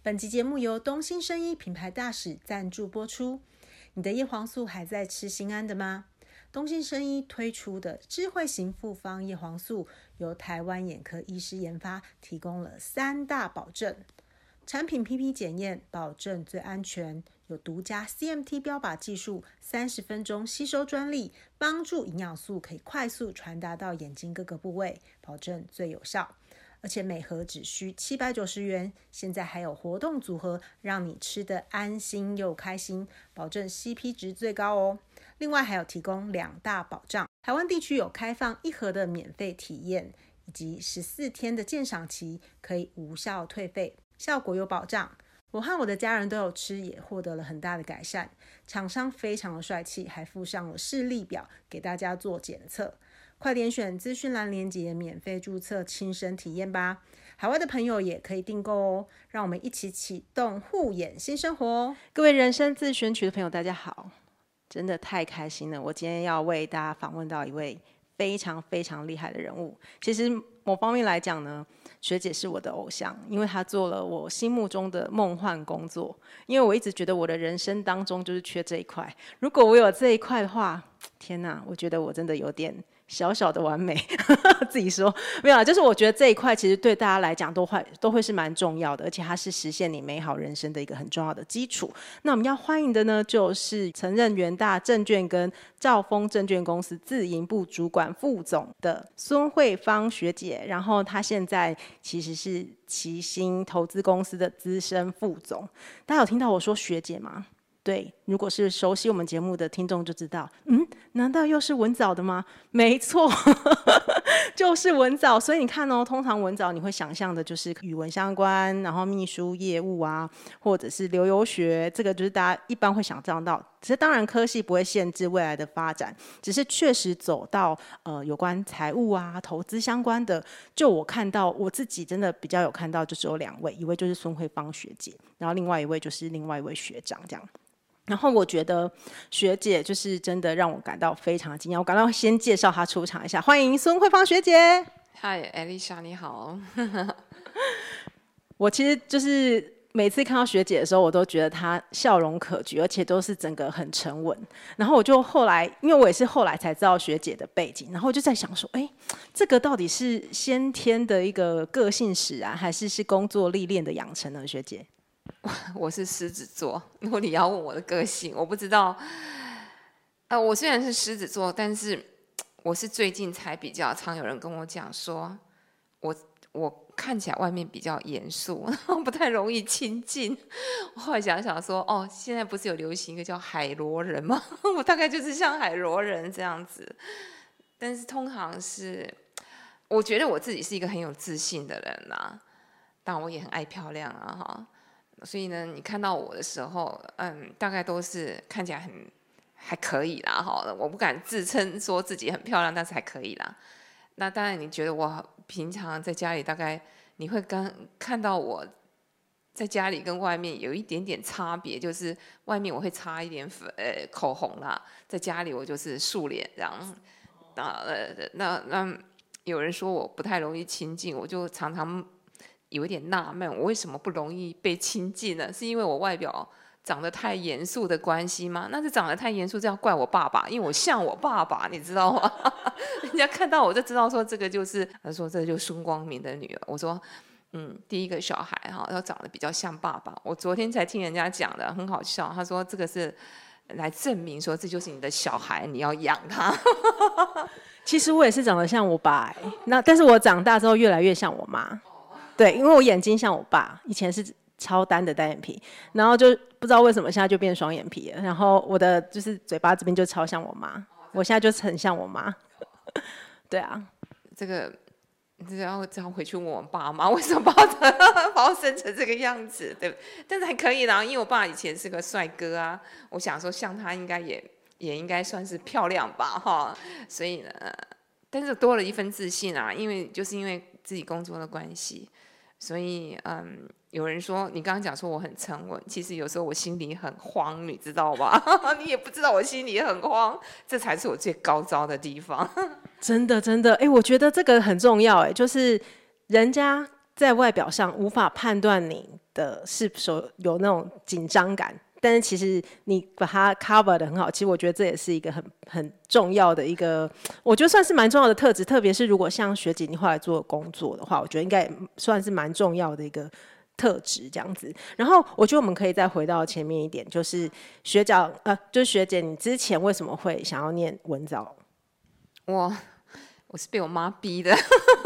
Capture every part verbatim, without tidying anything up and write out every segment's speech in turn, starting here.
本集节目由东兴生医品牌大使赞助播出。你的叶黄素还在吃心安的吗？东兴生医推出的智慧型复方叶黄素，由台湾眼科医师研发，提供了三大保证。产品 P P 检验，保证最安全，有独家 C M T 标靶技术，三十分钟吸收专利，帮助营养素可以快速传达到眼睛各个部位，保证最有效。而且每盒只需七百九十元，现在还有活动组合，让你吃得安心又开心，保证 C P 值最高哦。另外还有提供两大保障，台湾地区有开放一盒的免费体验，以及十四天的鉴赏期，可以无效退费，效果有保障。我和我的家人都有吃，也获得了很大的改善。厂商非常的帅气，还附上了视力表给大家做检测。快点选资讯栏连结，免费注册，亲身体验吧。海外的朋友也可以订购哦。让我们一起启动护眼新生活哦。各位人生自选曲的朋友，大家好，真的太开心了。我今天要为大家访问到一位非常非常厉害的人物。其实某方面来讲呢，学姐是我的偶像，因为她做了我心目中的梦幻工作。因为我一直觉得我的人生当中就是缺这一块，如果我有这一块的话，天哪，我觉得我真的有点小小的完美自己说没有啦，就是我觉得这一块其实对大家来讲都会都会是蛮重要的，而且它是实现你美好人生的一个很重要的基础。那我们要欢迎的呢，就是曾任元大证券跟兆丰证券公司自营部主管副总的孙慧芳学姐，然后她现在其实是奇星投资公司的资深副总。大家有听到我说学姐吗？对，如果是熟悉我们节目的听众就知道，嗯，难道又是文藻的吗？没错就是文藻。所以你看哦，通常文藻你会想象的就是语文相关，然后秘书业务啊，或者是流游学，这个就是大家一般会想象到。只是当然科系不会限制未来的发展，只是确实走到呃有关财务啊投资相关的，就我看到我自己真的比较有看到，就只有两位，一位就是孙慧芳学姐，然后另外一位就是另外一位学长这样。然后我觉得学姐就是真的让我感到非常惊讶，我感到先介绍她出场一下，欢迎孙慧芳学姐。 嗨 Alicia 你好我其实就是每次看到学姐的时候，我都觉得她笑容可掬，而且都是整个很沉稳。然后我就后来，因为我也是后来才知道学姐的背景，然后我就在想说，哎，这个到底是先天的一个个性使然，还是是工作历练的养成呢？学姐， 我是狮子座，如果你要问我的个性，我不知道。呃，我虽然是狮子座，但是我是最近才比较常有人跟我讲说，我我看起来外面比较严肃，不太容易亲近。我后来想想说，哦，现在不是有流行一个叫海螺人吗？我大概就是像海螺人这样子。但是通常是，我觉得我自己是一个很有自信的人啦、啊，当然我也很爱漂亮啊哈。所以呢，你看到我的时候，嗯，大概都是看起来很还可以啦，哈，我不敢自称说自己很漂亮，但是还可以啦。那当然，你觉得我平常在家里，大概你会跟看到我在家里跟外面有一点点差别，就是外面我会擦一点粉呃口红啦，在家里我就是素脸这样。那呃那那有人说我不太容易亲近，我就常常有一点纳闷，我为什么不容易被亲近呢？是因为我外表长得太严肃的关系吗？那是长得太严肃，这要怪我爸爸，因为我像我爸爸，你知道吗？人家看到我就知道说这个就是，他说这就是孙光明的女儿。我说，嗯，第一个小孩哈，要长得比较像爸爸。我昨天才听人家讲的，很好笑。他说这个是来证明说这就是你的小孩，你要养他。 其实我也是长得像我爸、欸，那但是我长大之后越来越像我妈。对，因为我眼睛像我爸，以前是超单的单眼皮，然后就不知道为什么现在就变双眼皮了。然后我的就是嘴巴这边就超像我妈，我现在就是很像我妈。对啊， 这个这个要这样回去问我爸妈，为什么把我把我生成这个样子，对不对？但是还可以啦，因为我爸以前是个帅哥啊，我想说像他应该也也应该算是漂亮吧，哈。所以呢，但是多了一份自信啊，因为就是因为自己工作的关系。所以，嗯，有人说你刚刚讲说我很沉稳，其实有时候我心里很慌，你知道吧？你也不知道我心里很慌，这才是我最高招的地方。 真的，真的，哎，我觉得这个很重要，哎，就是人家在外表上无法判断你的是手有那种紧张感，但是其实你把它 cover 的很好，其实我觉得这也是一个很很重要的一个，我觉得算是蛮重要的特质，特别是如果像学姐你后来做的工作的话，我觉得应该也算是蛮重要的一个特质这样子。然后我觉得我们可以再回到前面一点，就是学长呃，就是学姐，你之前为什么会想要念文藻？ 我我是被我妈逼的，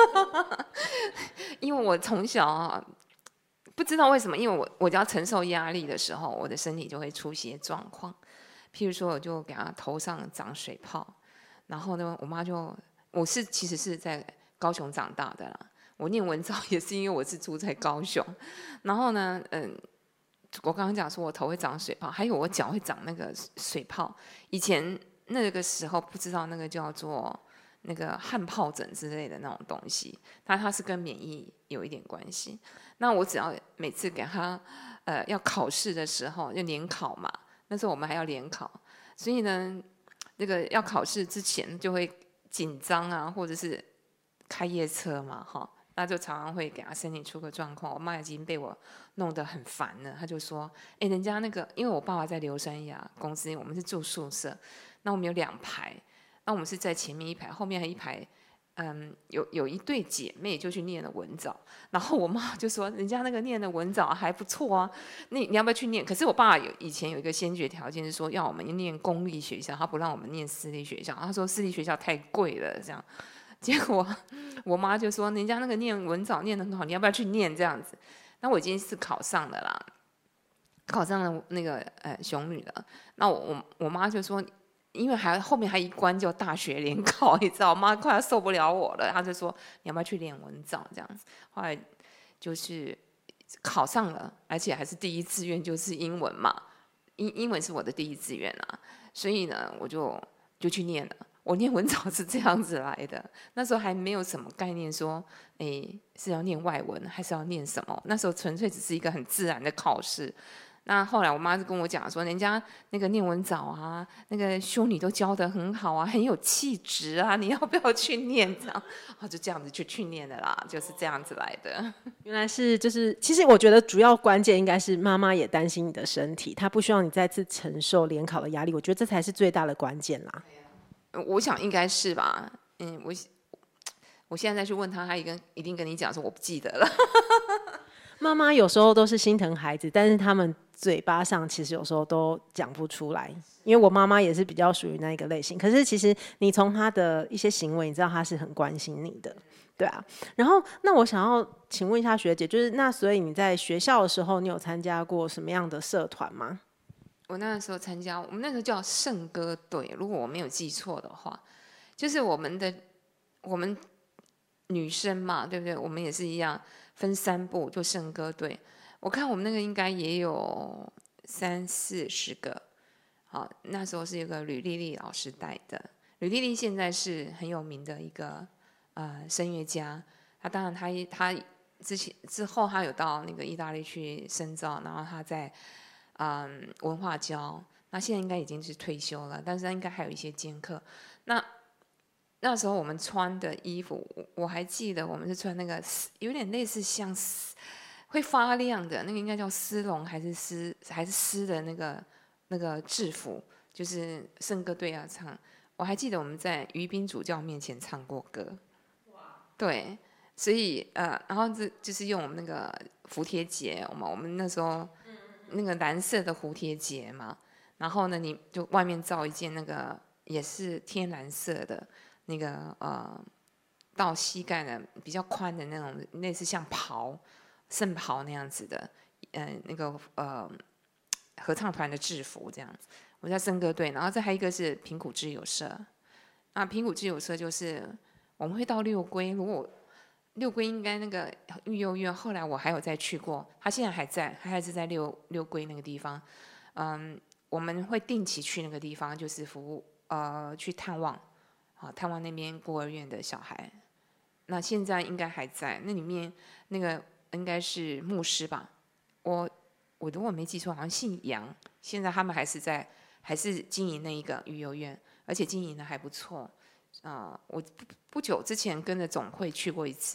因为我从小啊。不知道为什么，因为我我只要承受压力的时候，我的身体就会出一些状况。譬如说，我就给他头上长水泡，然后呢，我妈就我是其实是在高雄长大的啦。我念文藻也是因为我是住在高雄，然后呢，嗯，我刚刚讲说我头会长水泡，还有我脚会长那个水泡。以前那个时候不知道那个叫做那个汗疱疹之类的那种东西，它它是跟免疫有一点关系。那我只要每次给他，呃，要考试的时候，就联考嘛，那时候我们还要联考，所以呢，那个要考试之前就会紧张啊，或者是开夜车嘛，哈，那就常常会给他身体出个状况。我妈已经被我弄得很烦了，她就说：“哎，人家那个，因为我爸爸在流山雅公司，我们是住宿舍，那我们有两排，那我们是在前面一排，后面还一排。”嗯，有有一对姐妹就去念了文藻，然后我妈就说人家那个念的文藻还不错啊，你你要不要去念？可是我爸有以前有一个先决条件是说要我们念公立学校，他不让我们念私立学校，他说私立学校太贵了这样。结果我妈就说人家那个念文藻念得很好，你要不要去念这样子？那我已经是考上了啦，考上了那个呃雄女了。那我我我妈就说。因为还后面还一关叫大学联考，你知道，我妈快要受不了我了，她就说你要不要去练文藻这样子。后来就是考上了，而且还是第一志愿，就是英文嘛，英英文是我的第一志愿啊，所以呢，我就就去念了。我念文藻是这样子来的，那时候还没有什么概念说，哎，是要念外文还是要念什么？那时候纯粹只是一个很自然的考试。那后来我妈就跟我讲说，人家那个念文藻啊，那个修女都教得很好啊，很有气质啊，你要不要去念？这样，我就这样子就去念的啦，就是这样子来的。 原来是就是，其实我觉得主要关键应该是妈妈也担心你的身体，她不希望你再次承受联考的压力，我觉得这才是最大的关键啦。 我想应该是吧，嗯，我我现在再去问他，他一定一定跟你讲说我不记得了。 妈妈有时候都是心疼孩子，但是他们嘴巴上其实有时候都讲不出来。因为我妈妈也是比较属于那一个类型，可是其实你从她的一些行为，你知道她是很关心你的，对啊。然后，那我想要请问一下学姐，就是那所以你在学校的时候，你有参加过什么样的社团吗？ 我那时候参加，我们那个叫圣歌队，如果我没有记错的话，就是我们的我们女生嘛，对不对？我们也是一样。分三部就圣歌队，我看我们那个应该也有三四十个。好，那时候是一个吕丽丽老师带的。吕丽丽现在是很有名的一个呃声乐家，她当然她她之前之后她有到那个意大利去深造，然后她在嗯文化教，那现在应该已经是退休了，但是她应该还有一些兼课。那那时候我们穿的衣服，我还记得我们是穿那个有点类似像会发亮的那个，应该叫丝绒还是丝还是丝的那个那个制服，就是圣歌队要唱。我还记得我们在于斌主教面前唱过歌，对，所以呃，然后这就是用我们那个蝴蝶结，我们我们那时候那个蓝色的蝴蝶结嘛，然后呢，你就外面罩一件那个也是天蓝色的。那个呃，到膝盖的比较宽的那种，类似像袍、圣袍那样子的，呃，那个呃合唱团的制服这样子。我在圣歌队，然后这还有一个是平谷之友社。那平谷之友社就是我们会到六龟，如果六龟应该那个育幼院，后来我还有再去过，他现在还在，他还是在六六龟那个地方。嗯，我们会定期去那个地方，就是服务呃去探望。好，探望那边孤儿院的小孩，那现在应该还在。那里面那个应该是牧师吧？我我如果没记错，好像姓杨。现在他们还是在，还是经营那一个育幼院，而且经营的还不错。啊、呃，我不不久之前跟着总会去过一次，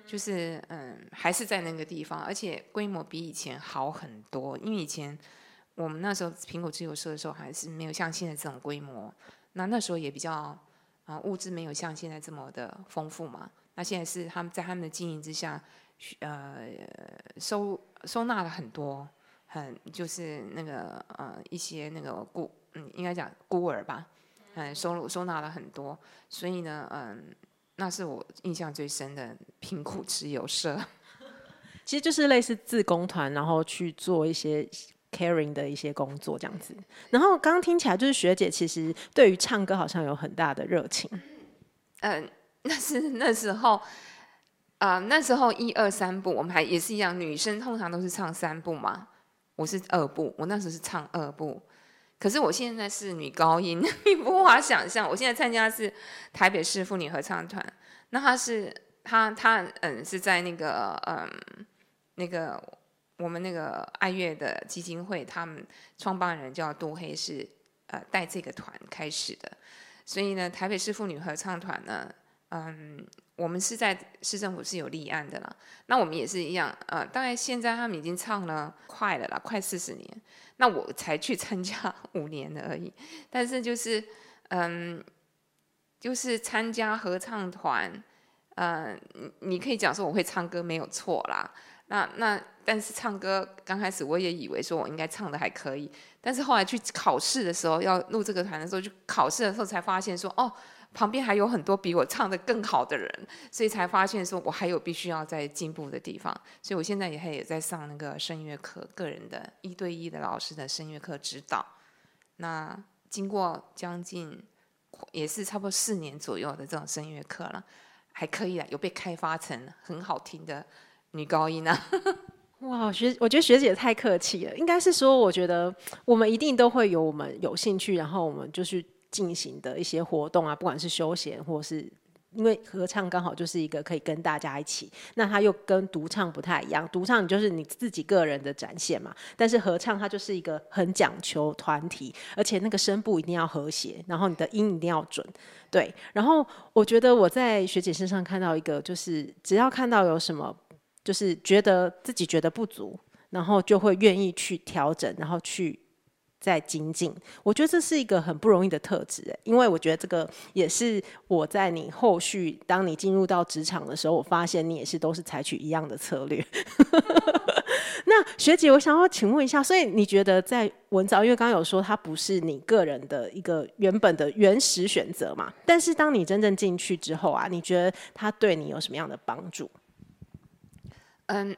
就是嗯，还是在那个地方，而且规模比以前好很多。因为以前我们那时候苹果自由社的时候，还是没有像现在这种规模。那那时候也比较啊、呃，物质没有像现在这么的丰富嘛。那现在是他们在他们的经营之下，呃，收收纳了很多，很就是那个呃一些那个孤嗯，应该讲孤儿吧，嗯，收收纳了很多。所以呢，嗯。那是我印象最深的贫苦持有社， 其实就是类似志工团，然后去做一些 caring 的一些工作这样子。然后刚刚听起来就是学姐其实对于唱歌好像有很大的热情。 嗯、呃，那是那时候，啊、呃，那时候一二三部我们还也是一样，女生通常都是唱三部嘛，我是二部，我那时候是唱二部。可是我现在是女高音，你无法想象。我现在参加的是台北市妇女合唱团，那他是他他嗯是在那个嗯那个我们那个爱乐的基金会，他们创办人叫杜黑是呃带这个团开始的，所以呢，台北市妇女合唱团呢，嗯，我们是在市政府是有立案的啦。那我们也是一样，呃，大概现在他们已经唱了快了啦，快四十年。那我才去参加五年的而已，但是就是嗯，就是参加合唱团，呃，你你可以讲说我会唱歌没有错啦。那那但是唱歌刚开始我也以为说我应该唱的还可以，但是后来去考试的时候，要入这个团的时候，去考试的时候才发现说哦。旁边还有很多比我唱得更好的人，所以才发现说我还有必须要在进步的地方。所以我现在也还有在上那个声乐课，个人的一对一的老师的声乐课指导。那经过将近也是差不多四年左右的这种声乐课了，还可以啦，有被开发成很好听的女高音啊。 哇，学我觉得学姐太客气了，应该是说，我觉得我们一定都会有我们有兴趣，然后我们就去进行的一些活动啊，不管是休闲或是因为合唱刚好就是一个可以跟大家一起，那它又跟独唱不太一样，独唱就是你自己个人的展现嘛，但是合唱它就是一个很讲求团体，而且那个声部一定要和谐，然后你的音一定要准，对。然后我觉得我在学姐身上看到一个，就是只要看到有什么，就是觉得自己觉得不足，然后就会愿意去调整，然后去。在精进，我觉得这是一个很不容易的特质，因为我觉得这个也是我在你后续当你进入到职场的时候，我发现你也是都是采取一样的策略。那学姐，我想要请问一下，所以你觉得在文藻，因为刚刚有说它不是你个人的一个原本的原始选择嘛，但是当你真正进去之后啊，你觉得它对你有什么样的帮助？ 嗯。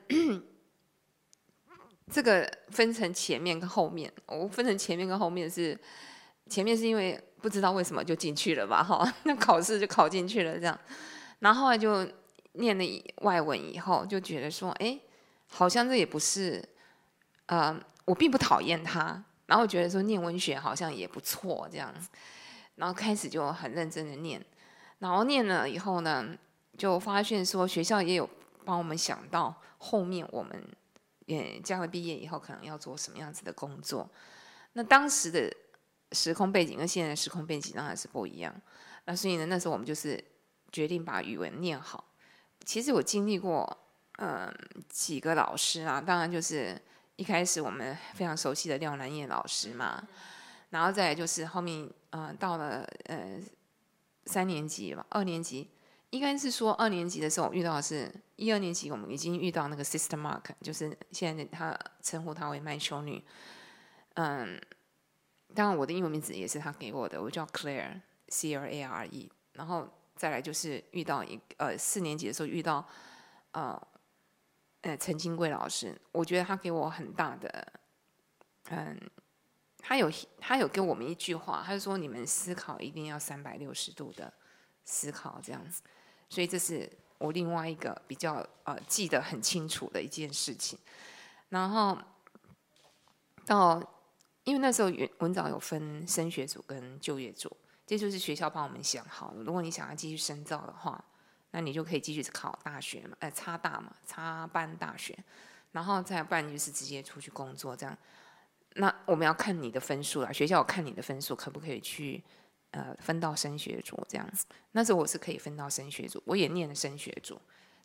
这个分成前面跟后面，我分成前面跟后面是，前面是因为不知道为什么就进去了吧，哈，那考试就考进去了这样，然后后来就念了外文以后，就觉得说，哎，好像这也不是，呃，我并不讨厌它，然后觉得说念文学好像也不错这样，然后开始就很认真的念，然后念了以后呢，就发现说学校也有帮我们想到后面我们。也将来毕业以后可能要做什么样子的工作？那当时的时空背景跟现在的时空背景当然是不一样。那所以呢，那时候我们就是决定把语文念好。其实我经历过嗯几个老师啊，当然就是一开始我们非常熟悉的廖南叶老师嘛，然后再来就是后面嗯到了呃三年级吧，二年级。应该是说二年级的时候，我遇到的是一二年级，我们已经遇到那个 Sister Mark， 就是现在他称呼他为麦修女。嗯，当然我的英文名字也是他给我的，我叫 Claire C L A R E。然后再来就是遇到一呃四年级的时候遇到呃呃陈金贵老师，我觉得他给我很大的嗯，他有他有给我们一句话，他就说你们思考一定要三百六十度的思考这样子。所以这是我另外一个比较呃记得很清楚的一件事情。然后到因为那时候文藻有分升学组跟就业组，这就是学校帮我们想好，如果你想要继续深造的话，那你就可以继续考大学嘛，呃，插大嘛，插班大学，然后再不然就是直接出去工作这样。那我们要看你的分数啦，学校有看你的分数可不可以去。呃，分到升学组这样子，那时候我是可以分到升学组，我也念了升学组，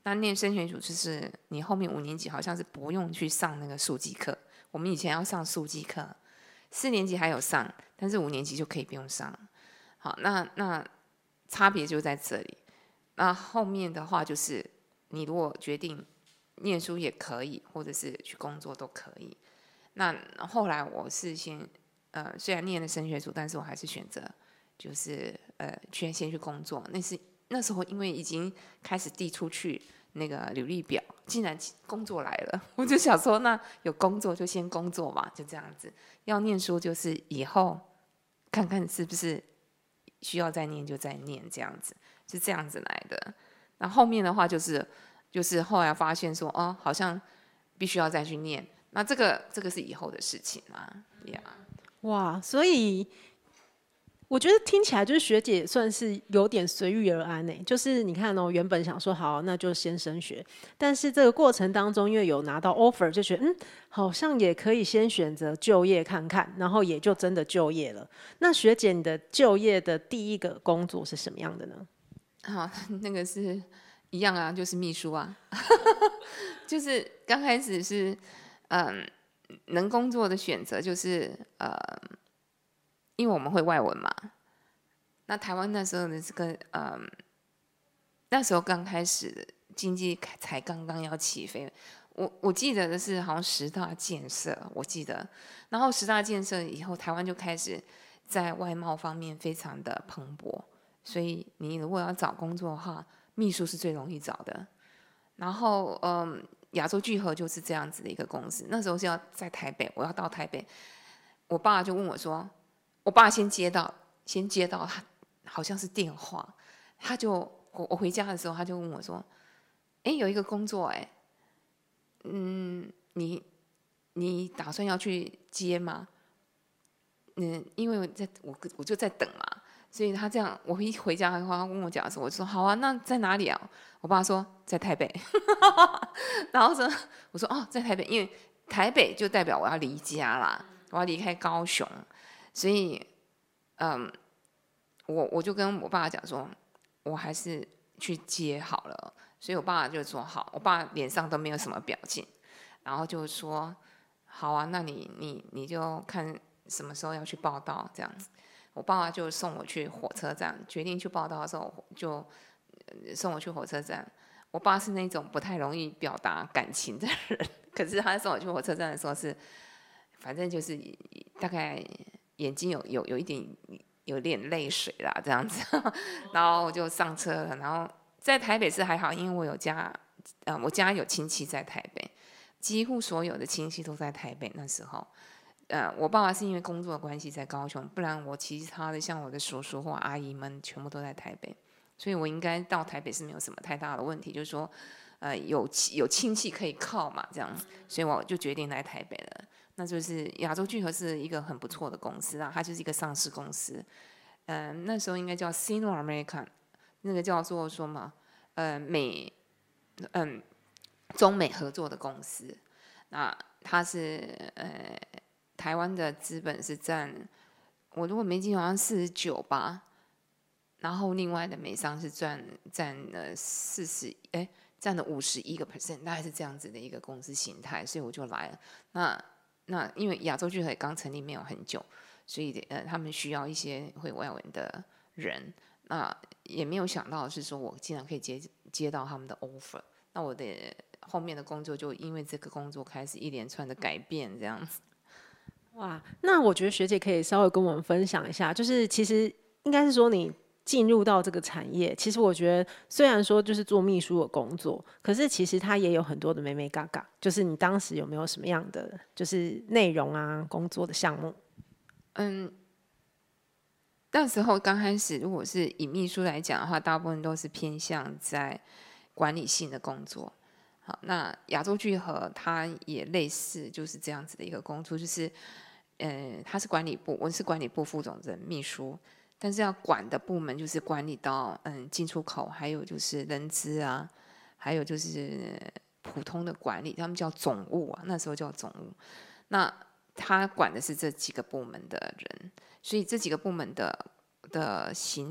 那念升学组就是你后面五年级好像是不用去上那个速记课，我们以前要上速记课，四年级还有上，但是五年级就可以不用上。好，那那差别就在这里。那后面的话就是，你如果决定念书也可以，或者是去工作都可以。那后来我是先呃，虽然念了升学组，但是我还是选择就是呃，去先去工作。那是那时候因为已经开始递出去那个履历表，竟然工作来了，我就想说，那有工作就先工作嘛，就这样子。要念书就是以后看看是不是需要再念就再念，这样子是这样子来的。那后面的话就是就是后来发现说，哦，好像必须要再去念。那这个这个是以后的事情啦，呀、yeah。 哇，所以我觉得听起来就是学姐也算是有点随遇而安呢。就是你看哦，原本想说好，那就先升学，但是这个过程当中，因为有拿到 offer， 就觉得嗯，好像也可以先选择就业看看，然后也就真的就业了。那学姐，你的就业的第一个工作是什么样的呢？ 好，那个是一样啊，就是秘书啊，就是刚开始是嗯。能工作的选择就是呃，因为我们会外文嘛。那台湾那时候的这个呃，那时候刚开始经济才刚刚要起飞。我我记得的是好像十大建设，我记得。然后十大建设以后，台湾就开始在外贸方面非常的蓬勃。所以你如果要找工作的话，秘书是最容易找的。然后嗯。亚洲聚合就是这样子的一个公司。那时候是要在台北，我要到台北，我爸就问我说，我爸先接到，先接到他好像是电话，他就我我回家的时候，他就问我说，哎，有一个工作，哎，嗯，你你打算要去接吗？嗯，因为我在我我就在等嘛。所以他这样，我一回家的话，他跟我讲的时候，我就说好啊，那在哪里啊？我爸说在台北，然后说我说哦，在台北，因为台北就代表我要离家啦，我要离开高雄，所以嗯，我我就跟我爸讲说，我还是去接好了。所以我爸就说好，我爸脸上都没有什么表情，然后就说好啊，那你你你就看什么时候要去报到这样子。我爸爸就送我去火车站，决定去报到的时候就送我去火车站。我爸是那种不太容易表达感情的人，可是他送我去火车站的时候是，反正就是大概眼睛有有有一点有点泪水啦这样子，然后我就上车了。然后在台北市还好，因为我有家，呃，我家有亲戚在台北，几乎所有的亲戚都在台北那时候。呃，我爸爸是因为工作的关系在高雄，不然我其他的像我的叔叔或阿姨们全部都在台北，所以我应该到台北是没有什么太大的问题，就是说，呃，有有亲戚可以靠嘛，这样，所以我就决定来台北了。那就是亚洲聚合是一个很不错的公司啊，它就是一个上市公司，嗯、呃，那时候应该叫 Sino American， 那个叫做说嘛，呃，美，嗯、呃，中美合作的公司，那它是呃。台湾的资本是占，我如果没记错好像四十九吧，然后另外的美商是占占了四十，哎，占了五十一个 percent， 大概是这样子的一个公司形态，所以我就来了。那那因为亚洲聚合刚成立没有很久，所以呃他们需要一些会外文的人，那也没有想到是说我竟然可以接接到他们的 offer， 那我的后面的工作就因为这个工作开始一连串的改变，这样子。 哇，那我觉得学姐可以稍微跟我们分享一下，就是其实应该是说你进入到这个产业，其实我觉得虽然说就是做秘书的工作，可是其实它也有很多的眉眉角角，就是你当时有没有什么样的就是内容啊，工作的项目？ 嗯，那时候刚开始，如果是以秘书来讲的话，大部分都是偏向在管理性的工作。好，那亚洲聚合它也类似，就是这样子的一个工作，就是，呃，它是管理部，我是管理部副总的秘书，但是要管的部门就是管理到嗯进出口，还有就是人资啊，还有就是普通的管理，他们叫总务啊，那时候叫总务。那他管的是这几个部门的人，所以这几个部门的的行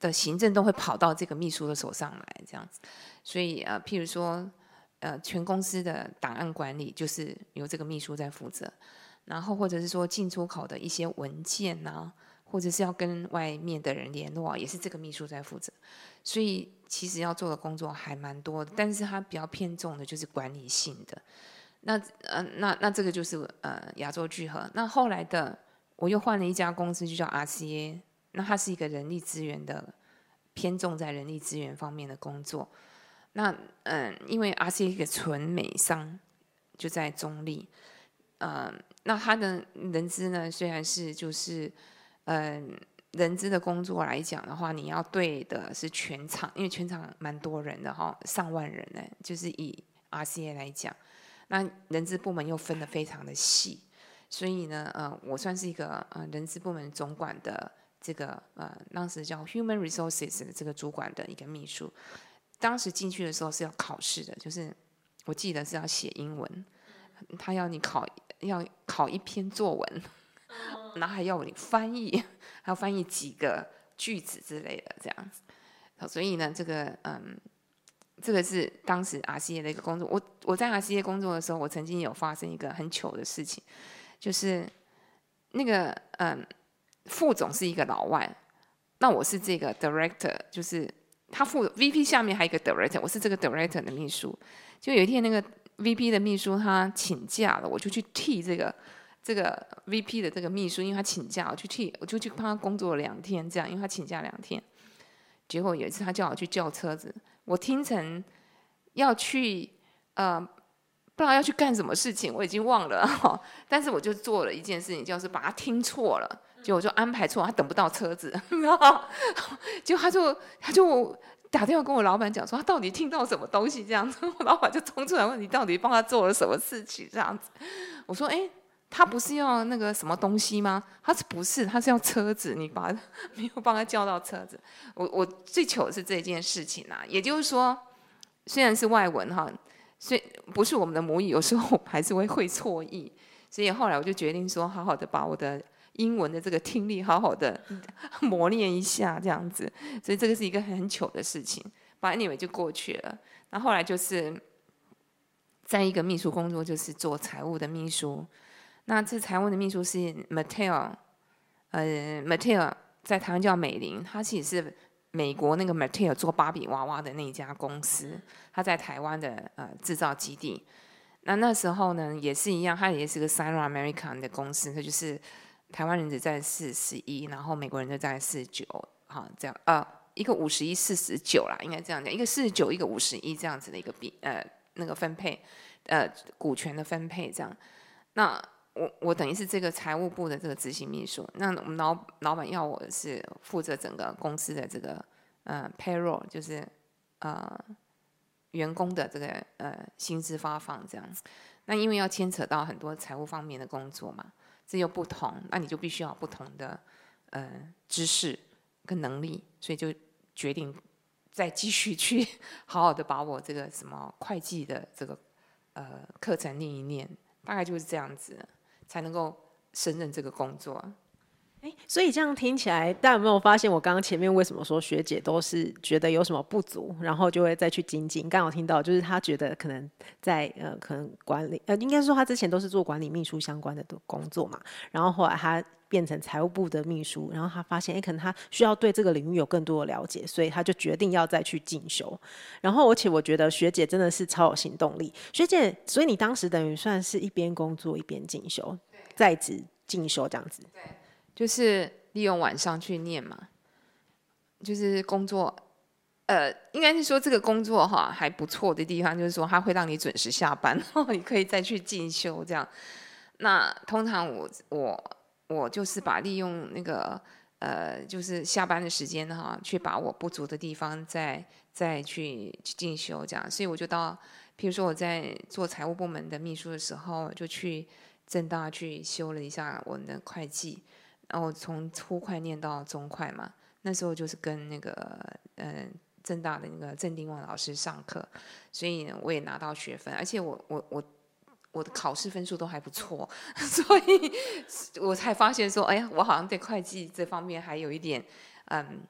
的行政都会跑到这个秘书的手上来，这样子。所以呃，譬如说呃，全公司的档案管理就是由这个秘书在负责，然后或者是说进出口的一些文件啊，或者是要跟外面的人联络啊，也是这个秘书在负责。所以其实要做的工作还蛮多的，但是他比较偏重的就是管理性的。那呃，那那这个就是呃亚洲聚合。那后来的我又换了一家公司，就叫 R C A。那它是一个人力资源的，偏重在人力资源方面的工作。那嗯、呃，因为 R C A 一个纯美商，就在中立。呃，那它的人资呢，虽然是就是嗯、呃、人资的工作来讲的话，你要对的是全场，因为全场蛮多人的哈，上万人呢，就是以 R C A 来讲。那人资部门又分得非常的细，所以呢，呃，我算是一个呃人资部门总管的这个呃，当时叫 Human Resources 的这个主管的一个秘书。当时进去的时候是要考试的，就是我记得是要写英文，他要你考要考一篇作文，然后还要你翻译，还要翻译几个句子之类的这样子。所以呢，这个嗯。这个是当时 R C A 的一个工作。我我在 R C A 工作的时候，我曾经有发生一个很糗的事情，就是那个嗯，副总是一个老外，那我是这个 director， 就是他副 V P 下面还有一个 director， 我是这个 director 的秘书。就有一天那个 V P 的秘书他请假了，我就去替这个这个 V P 的这个秘书，因为他请假，我去替我就去帮他工作了两天，这样，因为他请假两天。结果有一次他叫我去叫车子。我听成要去呃，不知道要去干什么事情，我已经忘了哈。但是我就做了一件事情，就是把他听错了，结果就安排错，他等不到车子，结果他就他就打电话跟我老板讲说，他到底听到什么东西这样子。我老板就冲出来问你到底帮他做了什么事情这样子。我说，哎。他不是要那个什么东西吗？他是不是？他是要车子，你把没有帮他叫到车子。我我最糗的是这件事情啊，也就是说，虽然是外文哈，虽不是我们的母语，有时候还是会会错意。所以后来我就决定说，好好的把我的英文的这个听力好好的磨练一下，这样子。所以这个是一个很糗的事情，反正anyway就过去了。那后来就是在一个秘书工作，就是做财务的秘书。那这财务的秘书是 Mattel， 呃 ，Mattel 在台湾叫美菱，它其实是美国那个 Mattel 做芭比娃娃的那一家公司，它在台湾的呃制造基地。那那时候呢也是一样，它也是个 Sino-American 的公司，它就是台湾人只占四十一，然后美国人就占四十九，好这样呃一个五十一四十九啦，应该这样讲，一个四十九一个五十一这样子的一个比呃那个分配呃股权的分配这样。那我我等于是这个财务部的这个执行秘书，那我们老老板要我是负责整个公司的这个呃 payroll， 就是呃员工的这个呃薪资发放这样。那因为要牵扯到很多财务方面的工作嘛，这又不同，那你就必须要有不同的呃知识跟能力，所以就决定再继续去好好的把我这个什么会计的这个呃课程念一念，大概就是这样子。才能够胜任这个工作。 欸，所以这样听起来，大家有没有发现我刚刚前面为什么说学姐都是觉得有什么不足，然后就会再去精进？刚好听到就是她觉得可能在呃可能管理呃应该说她之前都是做管理秘书相关的工作嘛，然后后来她变成财务部的秘书，然后她发现哎、欸、可能她需要对这个领域有更多的了解，所以她就决定要再去进修。然后而且我觉得学姐真的是超有行动力。学姐，所以你当时等于算是一边工作一边进修，在职进修这样子。 对。就是利用晚上去念嘛，就是工作，呃，应该是说这个工作哈还不错的地方，就是说它会让你准时下班，然后你可以再去进修这样。那通常我我我就是把利用那个呃，就是下班的时间哈，去把我不足的地方再再去进修这样。所以我就到，譬如说我在做财务部门的秘书的时候，就去政大去修了一下我的会计。然后从初会念到中会嘛，那时候就是跟那个呃政大的那个郑定旺老师上课，所以我也拿到学分，而且我我我我的考试分数都还不错，所以我才发现说，哎呀，我好像对会计这方面还有一点嗯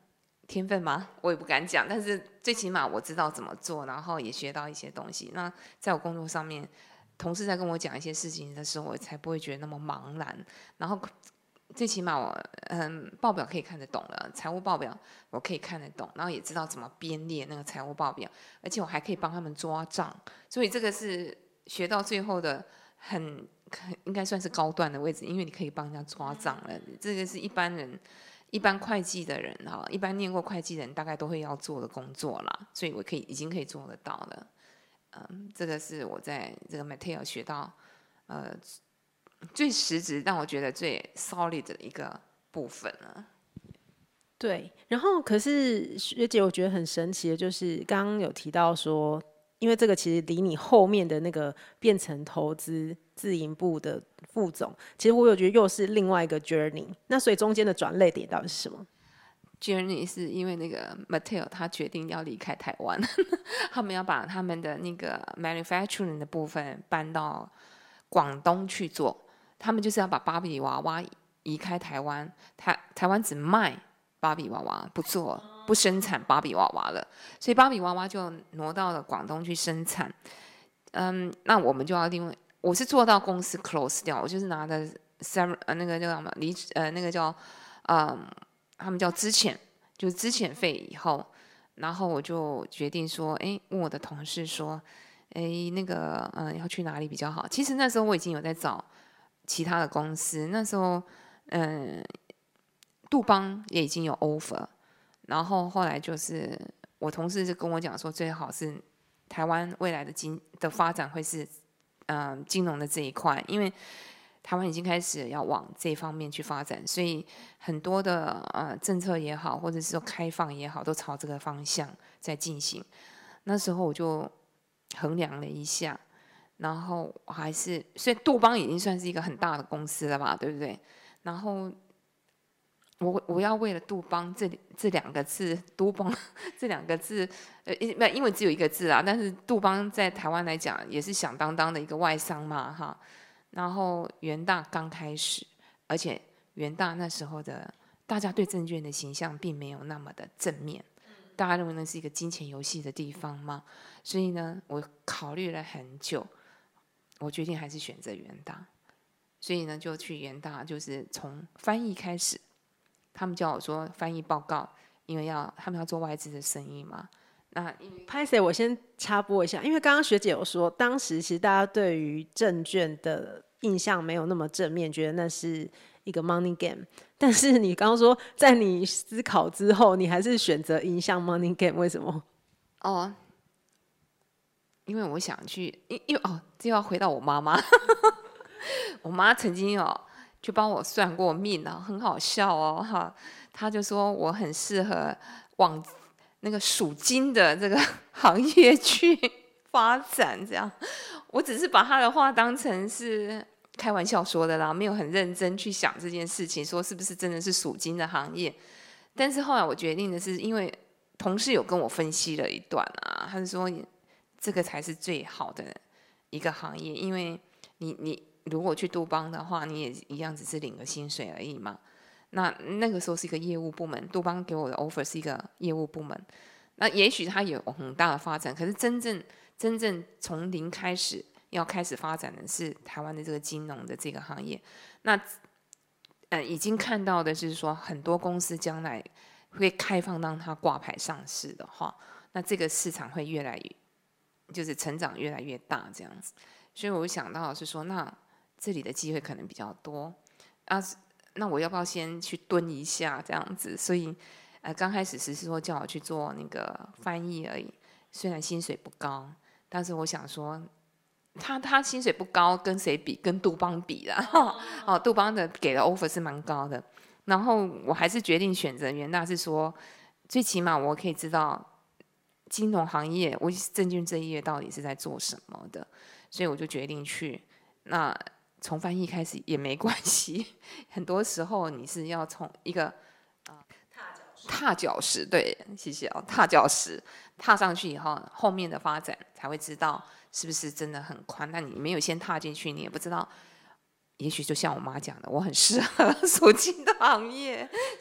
天分吗？我也不敢讲，但是最起码我知道怎么做，然后也学到一些东西。那在我工作上面，同事在跟我讲一些事情的时候，我才不会觉得那么茫然。然后最起码我嗯报表可以看得懂了，财务报表我可以看得懂，然后也知道怎么编列那个财务报表，而且我还可以帮他们抓账。所以这个是学到最后的很应该算是高段的位置，因为你可以帮人家抓账了。这个是一般人。一般会计的人哈，一般念过会计的人大概都会要做的工作啦，所以我可以已经可以做得到了。嗯，这个是我在这个 Mattel 学到呃最实质让我觉得最 solid 的一个部分了。 对，然后可是学姐我觉得很神奇的就是刚刚有提到说，因为这个其实离你后面的那个变成投资自营部的副总，其实我有觉得又是另外一个 journey。那所以中间的转捩点到底是什么 ？journey 是因为那个 Mattel 他决定要离开台湾，他们要把他们的那个 manufacturing 的部分搬到广东去做，他们就是要把芭比娃娃移开台湾，台台湾只卖芭比娃娃，不做不生产芭比娃娃了，所以芭比娃娃就挪到了广东去生产。嗯，那我们就要另外。我是做到公司 close 掉，我就是拿的 sever 呃那个叫什么离呃那个叫呃他们叫资遣，就是资遣费以后，然后我就决定说，哎，问我的同事说，哎那个嗯、呃、要去哪里比较好？其实那时候我已经有在找其他的公司，那时候嗯、呃、杜邦也已经有 offer， 然后后来就是我同事就跟我讲说，最好是台湾未来的经的发展会是。嗯，金融的这一块，因为台湾已经开始要往这一方面去发展，所以很多的呃政策也好，或者是说开放也好，都朝这个方向在进行。那时候我就衡量了一下，然后我还是，所以杜邦已经算是一个很大的公司了吧，对不对？然后我我要为了杜邦这这两个字，杜邦这两个字，呃，因因为只有一个字啊，但是杜邦在台湾来讲也是响当当的一个外商嘛，哈。然后元大刚开始，而且元大那时候的大家对证券的形象并没有那么的正面，大家认为那是一个金钱游戏的地方嘛，所以呢，我考虑了很久，我决定还是选择元大，所以呢，就去元大，就是从翻译开始。他们叫我说翻译报告，因为要他们要做外资的生意嘛。那拍谁？我先插播一下，因为刚刚学姐有说，当时其实大家对于证券的印象没有那么正面，觉得那是一个 money game。但是你刚刚说，在你思考之后，你还是选择影响 money game， 为什么？ 哦，因为我想去，因因为哦，这要回到我妈妈，我妈曾经哦。就帮我算过命啊，很好笑哦，哈，他就说我很适合往那个属金的这个行业去发展，这样，我只是把他的话当成是开玩笑说的啦，没有很认真去想这件事情，说是不是真的是属金的行业。但是后来我决定的是，因为同事有跟我分析了一段啊，他就说这个才是最好的一个行业，因为你你。如果去杜邦的话，你也一样只是领个薪水而已嘛。那那个时候是一个业务部门，杜邦给我的 offer 是一个业务部门。那也许它有很大的发展，可是真正真正从零开始要开始发展的是台湾的这个金融的这个行业。那呃，已经看到的是说，很多公司将来会开放让它挂牌上市的话，那这个市场会越来越就是成长越来越大这样子。所以我想到的是说，那这里的机会可能比较多啊，那我要不要先去蹲一下这样子？所以，呃，刚开始是说叫我去做那个翻译而已，虽然薪水不高，但是我想说，他他薪水不高，跟谁比？跟杜邦比啦。哦，杜邦的给的 offer 是蛮高的，然后我还是决定选择元大，是说最起码我可以知道金融行业，我证券这一页到底是在做什么的，所以我就决定去那。从翻译开始也没关系，很多时候你是要从一个、呃、踏脚石，对，谢谢哦，踏脚石踏上去以后，后面的发展才会知道是不是真的很宽。那你没有先踏进去，你也不知道。也许就像我妈讲的，我很适合属金的行业，所以我就进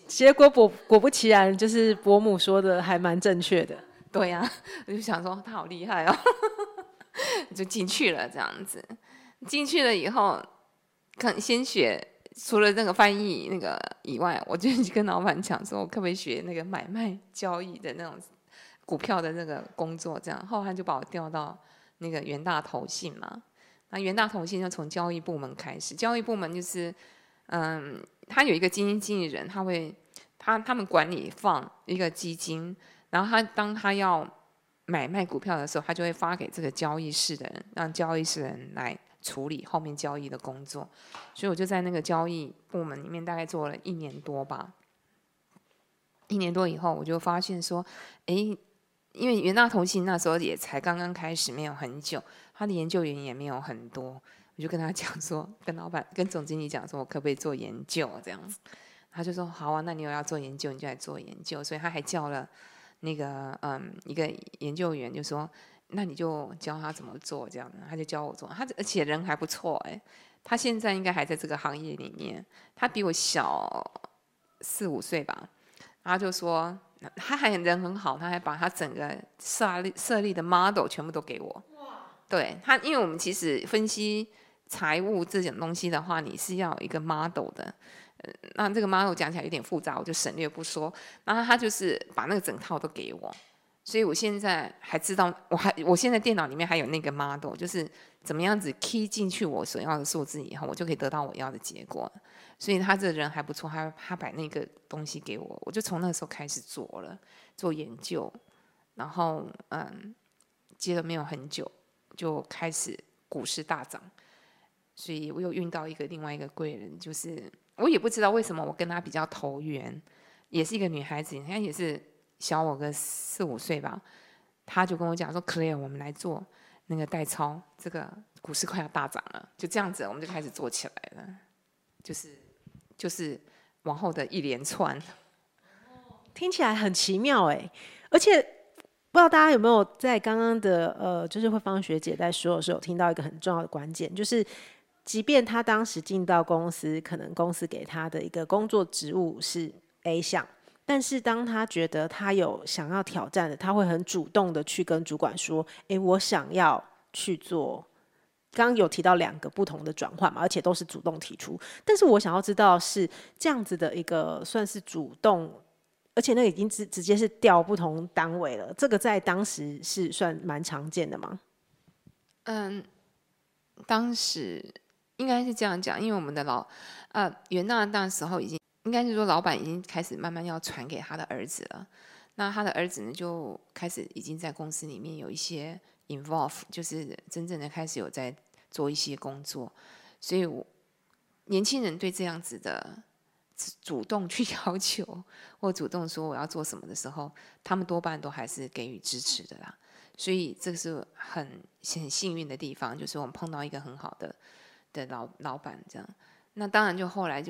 结果果果不其然，就是伯母说的还蛮正确的。 对呀、啊，我就想说他好厉害哦，就进去了这样子。进去了以后，看先学除了那个翻译那个以外，我就跟老板讲说，我可不可以学那个买卖交易的那种股票的那个工作？这样，后来他就把我调到那个元大投信嘛。那元大投信就从交易部门开始，交易部门就是，嗯，他有一个基金经理人，他会他他们管理放一个基金，然后他当他要买卖股票的时候，他就会发给这个交易室的人，让交易室的人来处理后面交易的工作。所以我就在那个交易部门里面大概做了一年多吧。一年多以后，我就发现说，哎，因为元大投信那时候也才刚刚开始，没有很久，他的研究员也没有很多，我就跟他讲说，跟老板、跟总经理讲说，我可不可以做研究这样子？他就说好啊，那你有要做研究，你就来做研究。所以他还叫了那个嗯一个研究员，就说那你就教他怎么做这样的，他就教我做。他而且人还不错哎、欸，他现在应该还在这个行业里面，他比我小四五岁吧。然后就说他还人很好，他还把他整个设立设立的 model 全部都给我。对他，因为我们其实分析财务这种东西的话，你是要有一个 model 的。呃、那这个 model 讲起来有点复杂，我就省略不说。然后他就是把那个整套都给我，所以我现在还知道，我还我现在电脑里面还有那个 model， 就是怎么样子 key 进去我所要的数字以后，我就可以得到我要的结果。所以他这个人还不错，他他把那个东西给我，我就从那时候开始做了做研究，然后嗯，接了没有很久就开始股市大涨，所以我又遇到一个另外一个贵人，就是我也不知道为什么我跟他比较投缘，也是一个女孩子，她也是小我个四五岁吧，她就跟我讲说 ，Claire， 我们来做那个代操，这个股市快要大涨了，就这样子我们就开始做起来了，就是就是往后的一连串， 听起来很奇妙哎，而且不知道大家有没有在刚刚的呃，就是慧芳学姐在说的时候，有听到一个很重要的关键，就是即便他当时进到公司，可能公司给他的一个工作职务是 A 项，但是当他觉得他有想要挑战的，他会很主动的去跟主管说：“哎，我想要去做。”刚刚有提到两个不同的转换嘛，而且都是主动提出。但是我想要知道是这样子的一个算是主动，而且那已经直直接是调不同单位了。这个在当时是算蛮常见的吗？ 嗯，当时应该是这样讲，因为我们的老呃元大那时候已经应该是说老板已经开始慢慢要传给他的儿子了。那他的儿子呢，就开始已经在公司里面有一些 involve， 就是真正的开始有在做一些工作，所以我年轻人对这样子的主动去要求或主动说我要做什么的时候，他们多半都还是给予支持的啦。所以这个是很很幸运的地方，就是我们碰到一个很好的的老老板这样。那当然就后来就是，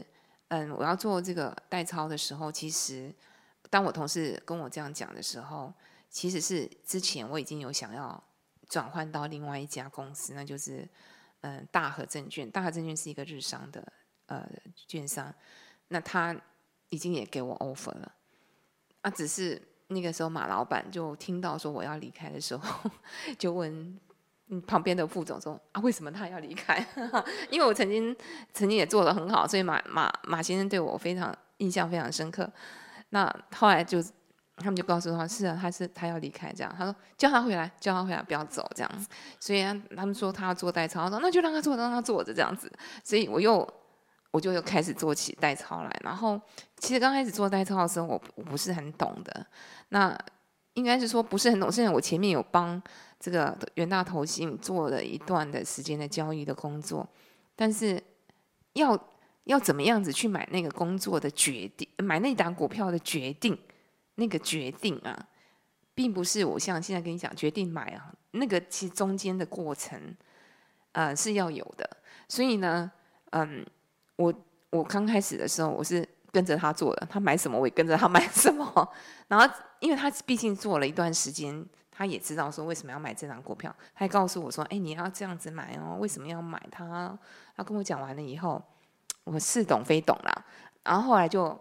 嗯，我要做这个代操的时候，其实当我同事跟我这样讲的时候，其实是之前我已经有想要转换到另外一家公司，那就是嗯大和证券。大和证券是一个日商的呃券商，那他已经也给我 offer 了，啊，只是那个时候马老板就听到说我要离开的时候，就问旁边的副总说啊，为什么他要离开？因为我曾经曾经也做得很好，所以马马马先生对我非常印象非常深刻。那后来就他们就告诉他，是啊，他是他要离开这样。他说叫他回来，叫他回来，不要走这样。所以他们说他要做代操，他说那就让他做，让他做着这样子。所以我又我就又开始做起代操来。然后其实刚开始做代操的时候，我我不是很懂的。那应该是说不是很懂，虽然我前面有帮这个元大投信做了一段的时间的交易的工作，但是要要怎么样子去买那个工作的决定，买那档股票的决定，那个决定啊，并不是我像现在跟你讲决定买啊，那个其实中间的过程，呃是要有的。所以呢，嗯，我我刚开始的时候我是跟着他做的，他买什么我也跟着他买什么。然后因为他毕竟做了一段时间，他也知道说为什么要买这档股票，他还告诉我说：“哎，你要这样子买哦，为什么要买它？”他跟我讲完了以后，我似懂非懂啦。然后后来就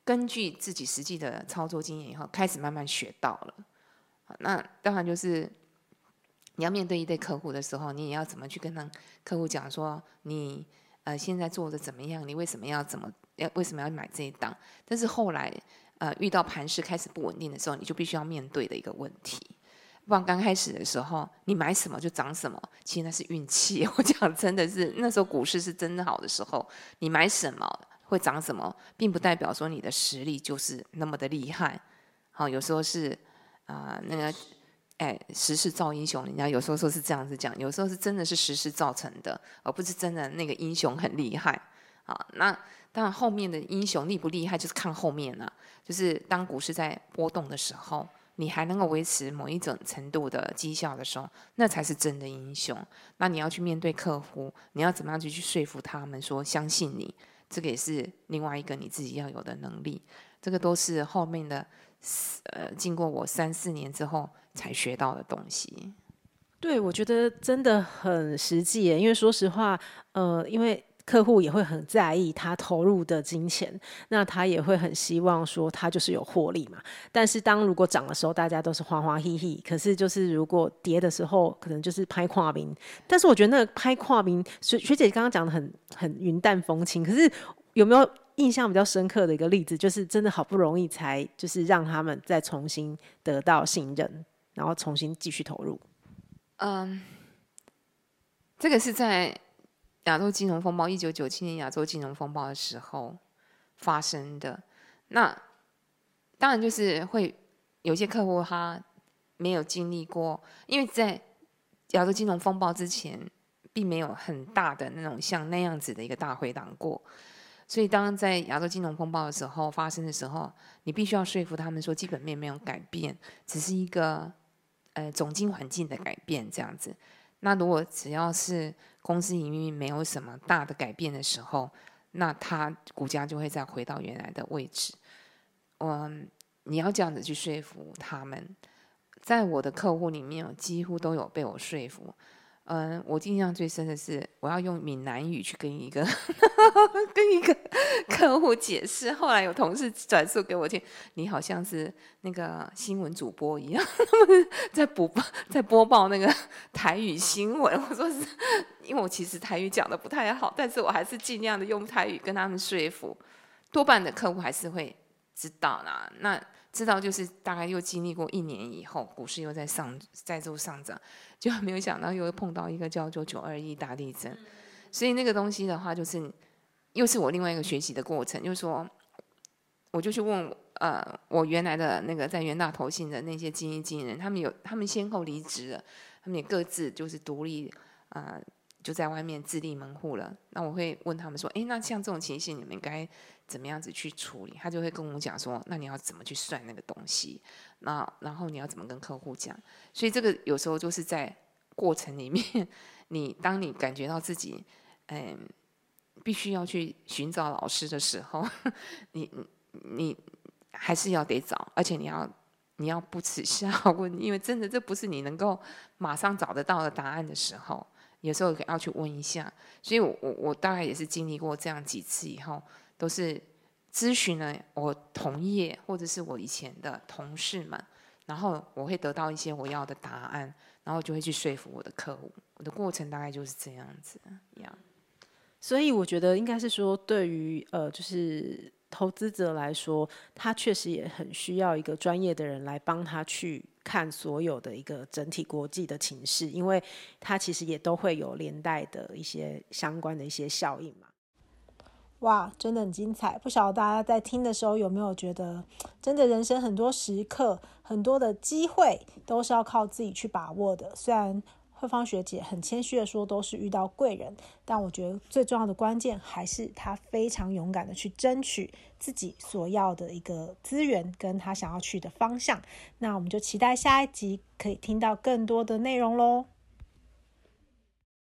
根据自己实际的操作经验以后，开始慢慢学到了。那当然就是你要面对一对客户的时候，你也要怎么去跟客户讲说你呃现在做的怎么样，你为什么要怎么要为什么要买这一档？但是后来呃遇到盘势开始不稳定的时候，你就必须要面对的一个问题。不然刚开始的时候，你买什么就涨什么，其实那是运气。我讲真的是那时候股市是真的好的时候，你买什么会涨什么，并不代表说你的实力就是那么的厉害。好，有时候是啊、呃、那个哎时势造英雄，人家有时候说是这样子讲，有时候是真的是时势造成的，而不是真的那个英雄很厉害。好，那当然后面的英雄厉不厉害，就是看后面了、啊。就是当股市在波动的时候，你还能够维持某一种程度的绩效的时候，那才是真的英雄。那你要去面对客户，你要怎么样去去说服他们说相信你，这个也是另外一个你自己要有的能力。这个都是后面的呃，经过我三四年之后才学到的东西。 对，我觉得真的很实际耶，因为说实话，呃，因为客户也会很在意他投入的金钱，那他也会很希望说他就是有获利嘛。但是当如果涨的时候，大家都是欢欢喜喜，可是就是如果跌的时候，可能就是拍跨冰。但是我觉得那个拍跨冰，学学姐刚刚讲的很很云淡风轻，可是有没有印象比较深刻的一个例子，就是真的好不容易才就是让他们再重新得到信任，然后重新继续投入？ 嗯，这个是在亚洲金融风暴一九九七年亚洲金融风暴的时候发生的。那当然就是会有些客户他没有经历过，因为在亚洲金融风暴之前并没有很大的那种像那样子的一个大回档过，所以当在亚洲金融风暴的时候发生的时候，你必须要说服他们说基本面没有改变，只是一个呃总经环境的改变这样子。那如果只要是公司营运没有什么大的改变的时候，那它股价就会再回到原来的位置。嗯，你要这样子去说服他们。在我的客户里面，几乎都有被我说服。嗯，我印象最深的是，我要用闽南语去跟一个跟一个客户解释。后来有同事转述给我听，你好像是那个新闻主播一样，在播在播报那个台语新闻。我说是，因为我其实台语讲的不太好，但是我还是尽量的用台语跟他们说服。多半的客户还是会知道啦。那知道就是大概又经历过一年以后，股市又在上再度上涨，就没有想到又会碰到一个叫做九二一大地震。所以那个东西的话，就是又是我另外一个学习的过程，就是说，我就去问呃我原来的那个在元大投信的那些基金经理人，他们有他们先后离职了，他们也各自就是独立呃就在外面自立门户了。那我会问他们说，哎，那像这种情形，你们该怎么样子去处理？他就会跟我讲说，那你要怎么去算那个东西？那然后你要怎么跟客户讲？所以这个有时候就是在过程里面，你当你感觉到自己嗯必须要去寻找老师的时候，你你还是要得找，而且你要你要不耻下问，因为真的这不是你能够马上找得到的答案的时候。有时候要去问一下，所以我我我大概也是经历过这样几次以后，都是咨询了我同业或者是我以前的同事们，然后我会得到一些我要的答案，然后就会去说服我的客户。我的过程大概就是这样子呀。 所以我觉得应该是说，对于呃，就是投资者来说，他确实也很需要一个专业的人来帮他去看所有的一个整体国际的情势，因为它其实也都会有连带的一些相关的一些效应嘛。 哇，真的很精彩！不晓得大家在听的时候有没有觉得，真的人生很多时刻、很多的机会都是要靠自己去把握的。虽然慧芳学姐很谦虚的说都是遇到贵人，但我觉得最重要的关键还是她非常勇敢的去争取自己所要的一个资源跟她想要去的方向。那我们就期待下一集可以听到更多的内容咯。